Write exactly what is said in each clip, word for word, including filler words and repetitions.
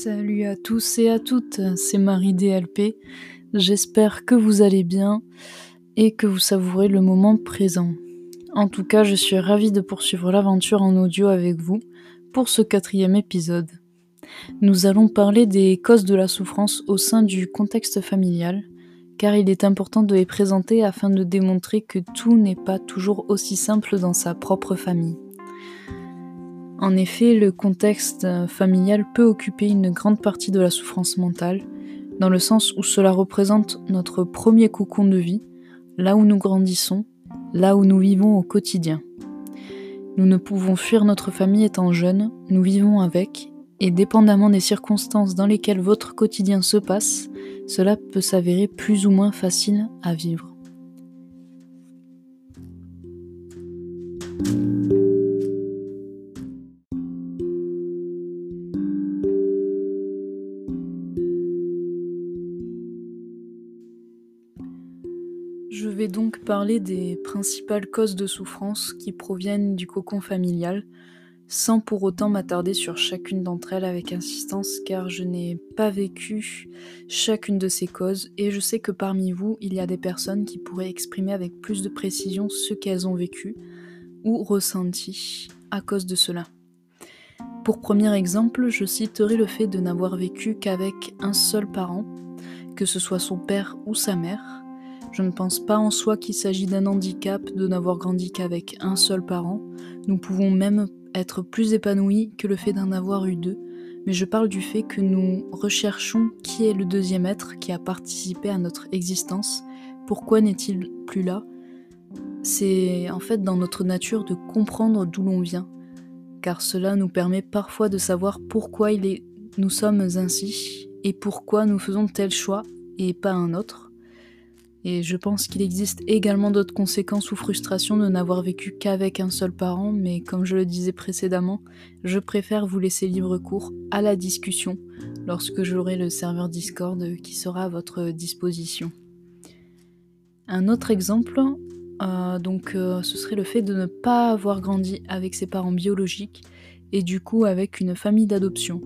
Salut à tous et à toutes, c'est Marie D L P. J'espère que vous allez bien et que vous savourez le moment présent. En tout cas, je suis ravie de poursuivre l'aventure en audio avec vous pour ce quatrième épisode. Nous allons parler des causes de la souffrance au sein du contexte familial, car il est important de les présenter afin de démontrer que tout n'est pas toujours aussi simple dans sa propre famille. En effet, le contexte familial peut occuper une grande partie de la souffrance mentale, dans le sens où cela représente notre premier cocon de vie, là où nous grandissons, là où nous vivons au quotidien. Nous ne pouvons fuir notre famille étant jeunes, nous vivons avec, et dépendamment des circonstances dans lesquelles votre quotidien se passe, cela peut s'avérer plus ou moins facile à vivre. Je vais donc parler des principales causes de souffrance qui proviennent du cocon familial, sans pour autant m'attarder sur chacune d'entre elles avec insistance, car je n'ai pas vécu chacune de ces causes, et je sais que parmi vous, il y a des personnes qui pourraient exprimer avec plus de précision ce qu'elles ont vécu ou ressenti à cause de cela. Pour premier exemple, je citerai le fait de n'avoir vécu qu'avec un seul parent, que ce soit son père ou sa mère. Je ne pense pas en soi qu'il s'agit d'un handicap de n'avoir grandi qu'avec un seul parent. Nous pouvons même être plus épanouis que le fait d'en avoir eu deux, mais je parle du fait que nous recherchons qui est le deuxième être qui a participé à notre existence. Pourquoi n'est-il plus là ? C'est en fait dans notre nature de comprendre d'où l'on vient, car cela nous permet parfois de savoir pourquoi il est... nous sommes ainsi et pourquoi nous faisons tel choix et pas un autre. Et je pense qu'il existe également d'autres conséquences ou frustrations de n'avoir vécu qu'avec un seul parent, mais comme je le disais précédemment, je préfère vous laisser libre cours à la discussion lorsque j'aurai le serveur Discord qui sera à votre disposition. Un autre exemple, euh, donc, euh, ce serait le fait de ne pas avoir grandi avec ses parents biologiques et du coup avec une famille d'adoption.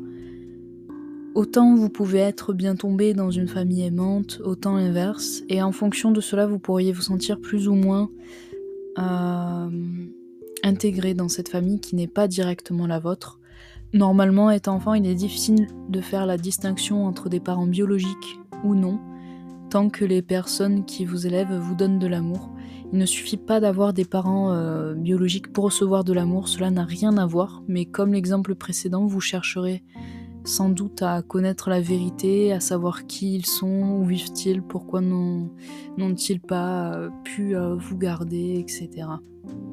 Autant vous pouvez être bien tombé dans une famille aimante, autant l'inverse, et en fonction de cela, vous pourriez vous sentir plus ou moins euh, intégré dans cette famille qui n'est pas directement la vôtre. Normalement, étant enfant, il est difficile de faire la distinction entre des parents biologiques ou non, tant que les personnes qui vous élèvent vous donnent de l'amour. Il ne suffit pas d'avoir des parents euh, biologiques pour recevoir de l'amour, cela n'a rien à voir, mais comme l'exemple précédent, vous chercherez sans doute à connaître la vérité, à savoir qui ils sont, où vivent-ils, pourquoi n'ont, n'ont-ils pas euh, pu euh, vous garder, et cetera.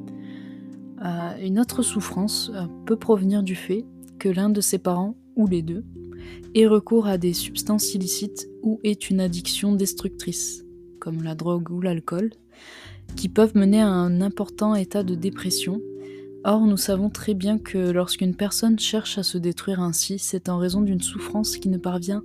Euh, une autre souffrance euh, peut provenir du fait que l'un de ses parents, ou les deux, ait recours à des substances illicites ou ait une addiction destructrice, comme la drogue ou l'alcool, qui peuvent mener à un important état de dépression. Or, nous savons très bien que lorsqu'une personne cherche à se détruire ainsi, c'est en raison d'une souffrance qui ne parvient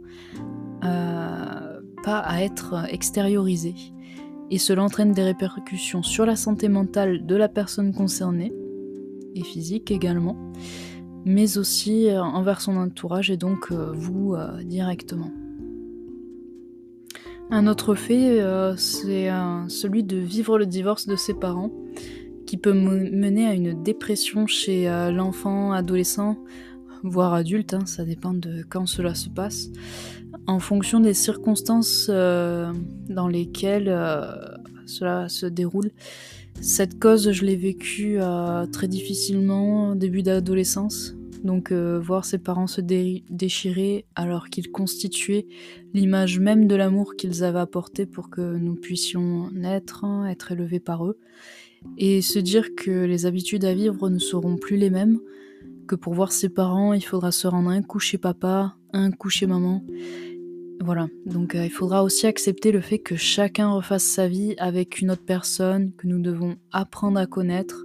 euh, pas à être extériorisée. Et cela entraîne des répercussions sur la santé mentale de la personne concernée, et physique également, mais aussi euh, envers son entourage et donc euh, vous euh, directement. Un autre fait, euh, c'est euh, celui de vivre le divorce de ses parents, qui peut mener à une dépression chez euh, l'enfant, adolescent, voire adulte, hein, ça dépend de quand cela se passe, en fonction des circonstances euh, dans lesquelles euh, cela se déroule. Cette cause, je l'ai vécue euh, très difficilement, début d'adolescence, donc euh, voir ses parents se dé- déchirer alors qu'ils constituaient l'image même de l'amour qu'ils avaient apporté pour que nous puissions naître, hein, être élevés par eux. Et se dire que les habitudes à vivre ne seront plus les mêmes, que pour voir ses parents, il faudra se rendre un coup chez papa, un coup chez maman. Voilà, donc euh, il faudra aussi accepter le fait que chacun refasse sa vie avec une autre personne, que nous devons apprendre à connaître,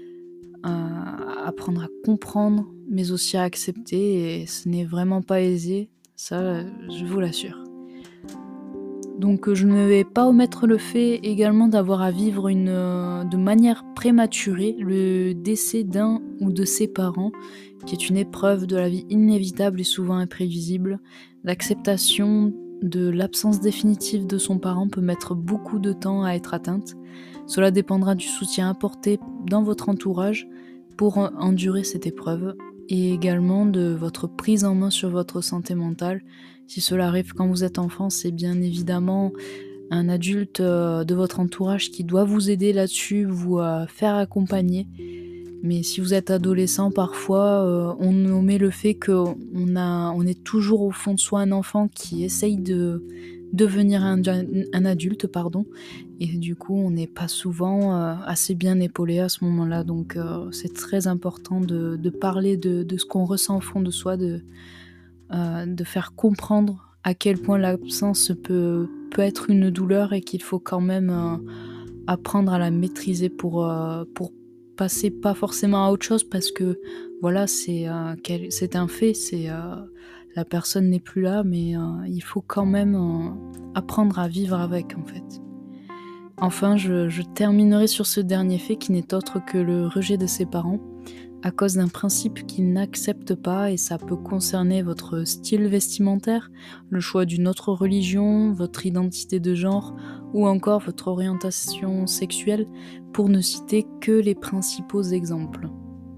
à apprendre à comprendre, mais aussi à accepter, et ce n'est vraiment pas aisé, ça je vous l'assure. Donc, heu, je ne vais pas omettre le fait également d'avoir à vivre une, heu, de manière prématurée le décès d'un ou de ses parents, qui est une épreuve de la vie inévitable et souvent imprévisible. L'acceptation de l'absence définitive de son parent peut mettre beaucoup de temps à être atteinte. Cela dépendra du soutien apporté dans votre entourage pour, heu, endurer cette épreuve et également de votre prise en main sur votre santé mentale. Si cela arrive quand vous êtes enfant, c'est bien évidemment un adulte, heu, de votre entourage qui doit vous aider là-dessus, vous, heu, faire accompagner. Mais si vous êtes adolescent, parfois, heu, on omet le fait qu'on a on est toujours au fond de soi un enfant qui essaye de devenir un un adulte, pardon, et du coup, on n'est pas souvent, heu, assez bien épaulé à ce moment-là. Donc, heu, c'est très important de de parler de de ce qu'on ressent au fond de soi, de Heu, de faire comprendre à quel point l'absence peut peut être une douleur et qu'il faut quand même, heu, apprendre à la maîtriser pour, heu, pour passer pas forcément à autre chose parce que voilà, c'est, heu, quel c'est un fait, c'est, heu, la personne n'est plus là mais, heu, il faut quand même, heu, apprendre à vivre avec, en fait. Enfin, je je terminerai sur ce dernier fait qui n'est autre que le rejet de ses parents à cause d'un principe qu'ils n'acceptent pas et ça peut concerner votre style vestimentaire, le choix d'une autre religion, votre identité de genre ou encore votre orientation sexuelle, pour ne citer que les principaux exemples.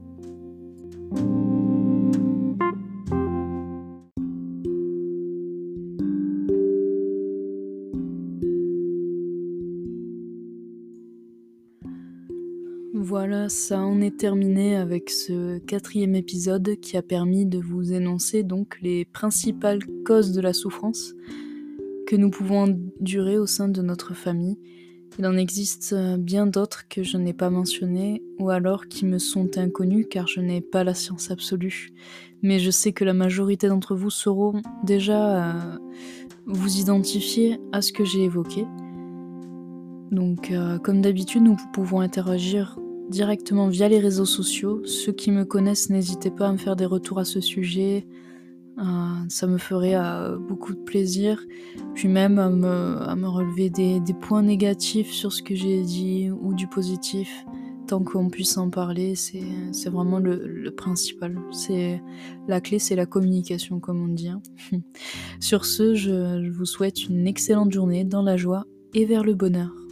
Voilà, ça en est terminé avec ce quatrième épisode qui a permis de vous énoncer donc les principales causes de la souffrance que nous pouvons endurer au sein de notre famille. Il en existe euh, bien d'autres que je n'ai pas mentionnées ou alors qui me sont inconnues car je n'ai pas la science absolue. Mais je sais que la majorité d'entre vous sauront déjà euh, vous identifier à ce que j'ai évoqué. Donc, euh, comme d'habitude, nous pouvons interagir directement via les réseaux sociaux. Ceux qui me connaissent, n'hésitez pas à me faire des retours à ce sujet. Euh, ça me ferait euh, beaucoup de plaisir. Puis même à me, à me relever des, des points négatifs sur ce que j'ai dit ou du positif. Tant qu'on puisse en parler, c'est, c'est vraiment le, le principal. C'est, la clé, c'est la communication, comme on dit, hein. Sur ce, je je vous souhaite une excellente journée dans la joie et vers le bonheur.